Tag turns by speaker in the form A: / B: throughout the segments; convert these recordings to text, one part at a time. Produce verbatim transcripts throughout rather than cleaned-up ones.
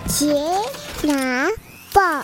A: 杰拿报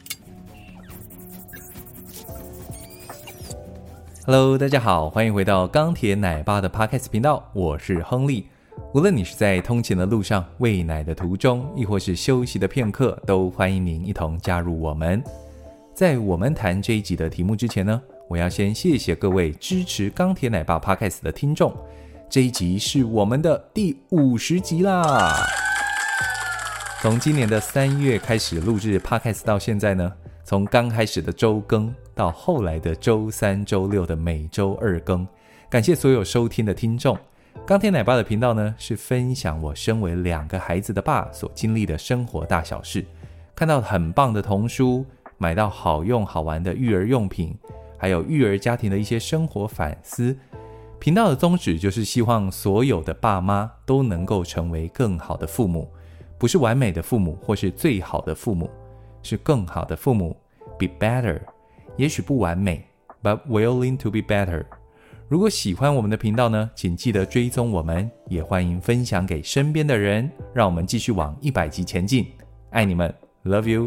B: Hello， 大家好，欢迎回到钢铁奶爸的 Podcast 频道，我是亨利。无论你是在通勤的路上、喂奶的途中，亦或是休息的片刻，都欢迎您一同加入我们。在我们谈这一集的题目之前呢，我要先谢谢各位支持钢铁奶爸 Podcast 的听众。这一集是我们的第五十集啦！从今年的三月开始录制 Podcast 到现在呢，从刚开始的周更到后来的周三、周六的每周二更，感谢所有收听的听众。钢铁奶爸的频道呢，是分享我身为两个孩子的爸所经历的生活大小事，看到很棒的童书，买到好用好玩的育儿用品，还有育儿家庭的一些生活反思。频道的宗旨就是希望所有的爸妈都能够成为更好的父母，不是完美的父母或是最好的父母，是更好的父母 Be better， 也许不完美 But willing to be better。 如果喜欢我们的频道呢，请记得追踪我们，也欢迎分享给身边的人，让我们继续往一百集前进。爱你们 Love you。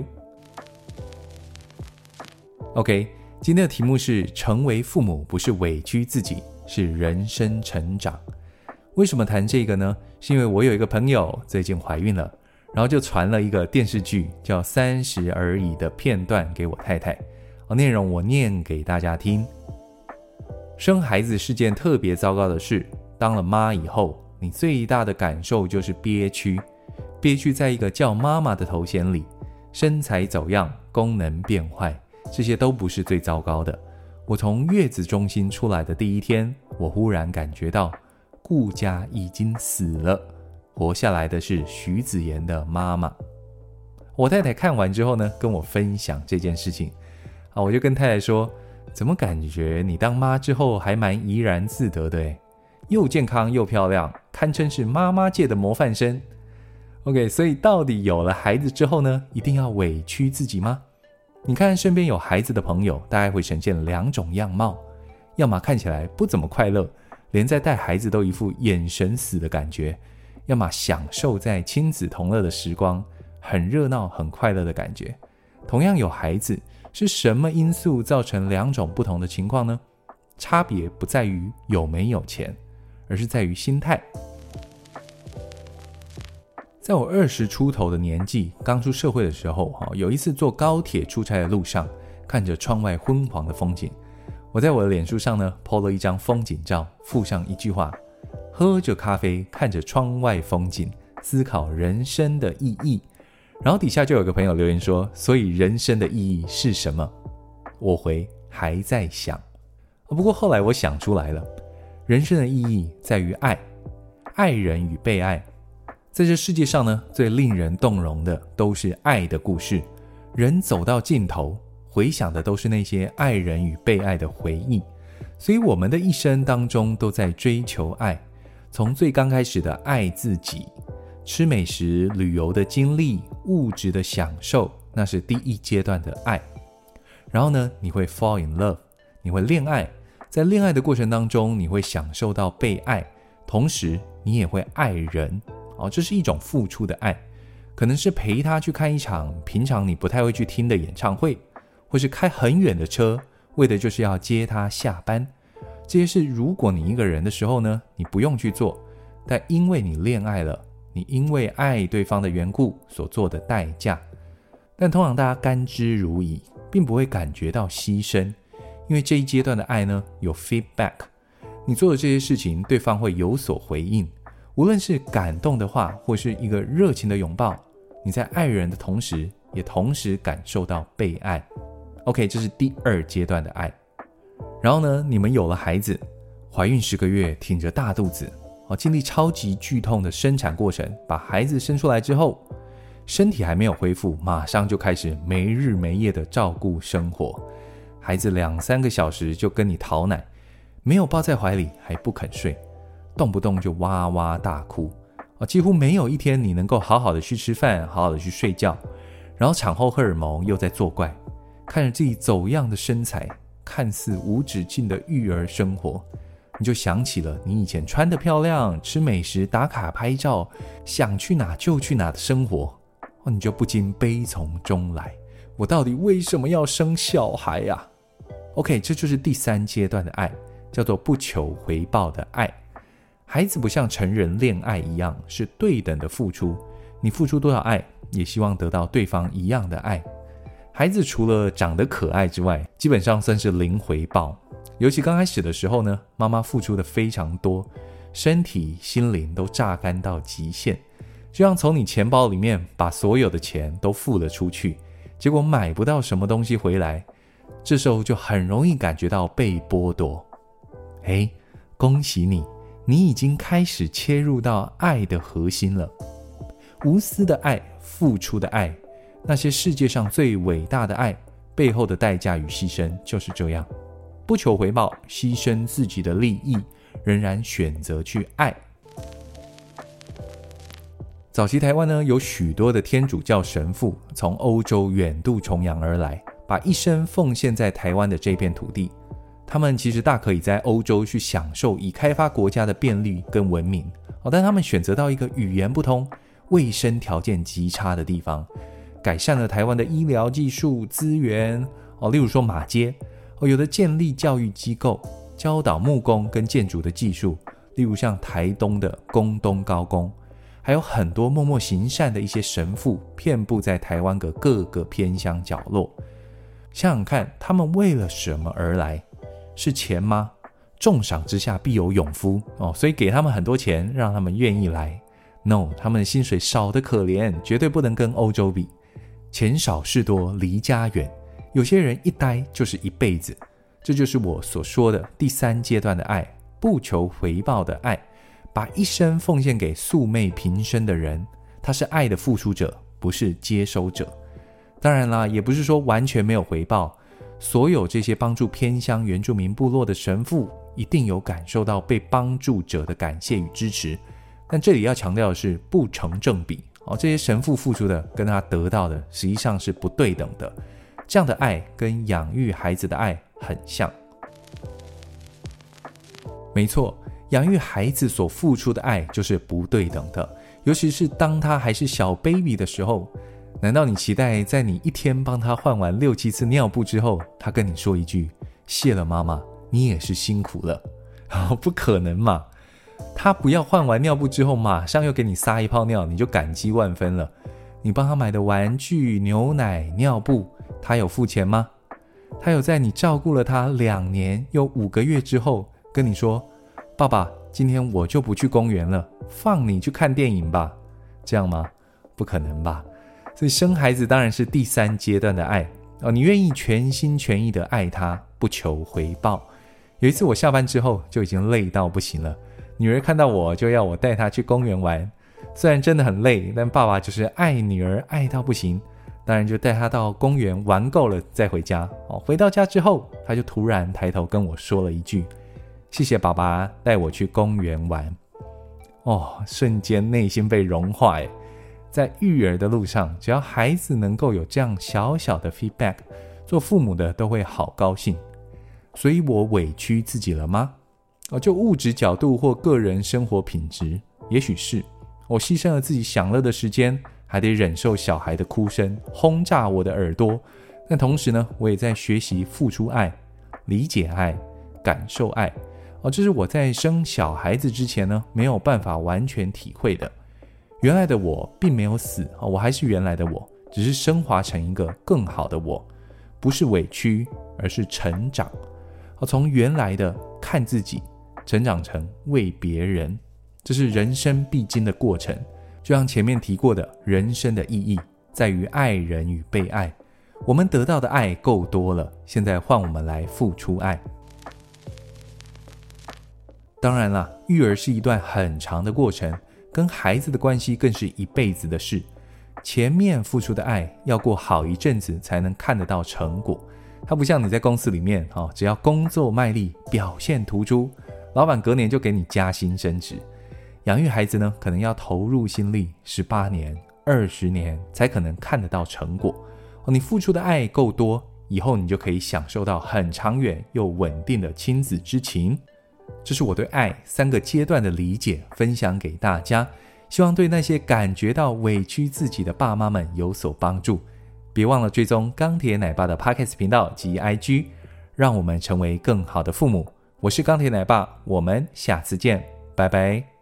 B: OK， 今天的题目是成为父母不是委屈自己，是人生成长。为什么谈这个呢？是因为我有一个朋友最近怀孕了，然后就传了一个电视剧叫《三十而已》的片段给我太太，内容我念给大家听。生孩子是件特别糟糕的事，当了妈以后，你最大的感受就是憋屈，憋屈在一个叫妈妈的头衔里，身材走样，功能变坏，这些都不是最糟糕的。我从月子中心出来的第一天，我忽然感觉到顾家已经死了，活下来的是徐子言的妈妈。我太太看完之后呢，跟我分享这件事情，啊，我就跟太太说，怎么感觉你当妈之后还蛮怡然自得的耶，又健康又漂亮，堪称是妈妈界的模范生。 OK， 所以到底有了孩子之后呢，一定要委屈自己吗？你看身边有孩子的朋友，大概会呈现两种样貌，要么看起来不怎么快乐，连在带孩子都一副眼神死的感觉，要么享受在亲子同乐的时光，很热闹很快乐的感觉。同样有孩子，是什么因素造成两种不同的情况呢？差别不在于有没有钱，而是在于心态。在我二十出头的年纪，刚出社会的时候，有一次坐高铁出差的路上，看着窗外昏黄的风景，我在我的脸书上呢 po 了一张风景照，附上一句话：喝着咖啡，看着窗外风景，思考人生的意义。然后底下就有个朋友留言说，所以人生的意义是什么？我回还在想。不过后来我想出来了，人生的意义在于爱，爱人与被爱。在这世界上呢，最令人动容的都是爱的故事，人走到尽头，回想的都是那些爱人与被爱的回忆。所以我们的一生当中都在追求爱，从最刚开始的爱自己，吃美食、旅游的经历、物质的享受，那是第一阶段的爱。然后呢，你会 fall in love， 你会恋爱，在恋爱的过程当中，你会享受到被爱，同时你也会爱人。哦，这是一种付出的爱，可能是陪他去看一场平常你不太会去听的演唱会，或是开很远的车，为的就是要接他下班。这些事如果你一个人的时候呢，你不用去做，但因为你恋爱了，你因为爱对方的缘故所做的代价。但通常大家甘之如饴，并不会感觉到牺牲，因为这一阶段的爱呢，有 feedback， 你做的这些事情对方会有所回应，无论是感动的话，或是一个热情的拥抱，你在爱人的同时，也同时感受到被爱。 OK， 这是第二阶段的爱。然后呢，你们有了孩子，怀孕十个月，挺着大肚子，经历超级剧痛的生产过程，把孩子生出来之后，身体还没有恢复，马上就开始没日没夜的照顾生活。孩子两三个小时就跟你讨奶，没有抱在怀里还不肯睡，动不动就哇哇大哭，几乎没有一天你能够好好的去吃饭，好好的去睡觉。然后产后荷尔蒙又在作怪，看着自己走样的身材，看似无止境的育儿生活，你就想起了你以前穿得漂亮，吃美食，打卡拍照，想去哪就去哪的生活。 你就不禁悲从中来，我到底为什么要生小孩呀、啊、OK， 这就是第三阶段的爱，叫做不求回报的爱。孩子不像成人恋爱一样是对等的付出，你付出多少爱，也希望得到对方一样的爱。孩子除了长得可爱之外，基本上算是零回报。尤其刚开始的时候呢，妈妈付出的非常多，身体心灵都榨干到极限，就像从你钱包里面把所有的钱都付了出去，结果买不到什么东西回来，这时候就很容易感觉到被剥夺。诶，恭喜你，你已经开始切入到爱的核心了。无私的爱，付出的爱，那些世界上最伟大的爱，背后的代价与牺牲就是这样，不求回报，牺牲自己的利益，仍然选择去爱。早期台湾呢，有许多的天主教神父从欧洲远渡重洋而来，把一生奉献在台湾的这片土地。他们其实大可以在欧洲去享受已开发国家的便利跟文明，但他们选择到一个语言不通、卫生条件极差的地方，改善了台湾的医疗技术资源，例如说马街，有的建立教育机构，教导木工跟建筑的技术，例如像台东的宫东高工，还有很多默默行善的一些神父，遍布在台湾的各个偏乡角落。想想看，他们为了什么而来？是钱吗？重赏之下必有勇夫、哦、所以给他们很多钱，让他们愿意来。 No， 他们的薪水少得可怜，绝对不能跟欧洲比。钱少事多，离家远，有些人一待就是一辈子。这就是我所说的第三阶段的爱，不求回报的爱，把一生奉献给素昧平生的人，他是爱的付出者，不是接收者。当然啦，也不是说完全没有回报，所有这些帮助偏乡原住民部落的神父一定有感受到被帮助者的感谢与支持，但这里要强调的是不成正比、哦、这些神父付出的跟他得到的实际上是不对等的。这样的爱跟养育孩子的爱很像。没错，养育孩子所付出的爱就是不对等的，尤其是当他还是小 baby 的时候。难道你期待在你一天帮他换完六七次尿布之后，他跟你说一句谢了妈妈，你也是辛苦了？不可能嘛。他不要换完尿布之后马上又给你撒一泡尿，你就感激万分了。你帮他买的玩具、牛奶、尿布，他有付钱吗？他有在你照顾了他两年又五个月之后跟你说，爸爸，今天我就不去公园了，放你去看电影吧，这样吗？不可能吧。所以生孩子当然是第三阶段的爱、哦、你愿意全心全意的爱他，不求回报。有一次我下班之后就已经累到不行了，女儿看到我就要我带她去公园玩，虽然真的很累，但爸爸就是爱女儿爱到不行，当然就带她到公园玩够了再回家、哦、回到家之后，她就突然抬头跟我说了一句，谢谢爸爸带我去公园玩。哦，瞬间内心被融化耶。在育儿的路上，只要孩子能够有这样小小的 feedback， 做父母的都会好高兴。所以我委屈自己了吗？就物质角度或个人生活品质，也许是我牺牲了自己享乐的时间，还得忍受小孩的哭声轰炸我的耳朵。但同时呢，我也在学习付出爱、理解爱、感受爱。这是我在生小孩子之前呢，没有办法完全体会的。原来的我并没有死，我还是原来的我，只是升华成一个更好的我，不是委屈，而是成长。从原来的看自己，成长成为别人，这是人生必经的过程。就像前面提过的，人生的意义在于爱人与被爱。我们得到的爱够多了，现在换我们来付出爱。当然啦，育儿是一段很长的过程，跟孩子的关系更是一辈子的事。前面付出的爱要过好一阵子才能看得到成果，它不像你在公司里面、哦、只要工作卖力，表现突出，老板隔年就给你加薪升职。养育孩子呢，可能要投入心力十八年、二十年才可能看得到成果、哦、你付出的爱够多，以后你就可以享受到很长远又稳定的亲子之情。这是我对爱三个阶段的理解，分享给大家， 希望对那些感觉到委屈自己的爸妈们有所帮助。别忘了追踪钢铁奶爸的 Podcast 频道及 I G， 让我们成为更好的父母。我是钢铁奶爸，我们下次见，拜拜。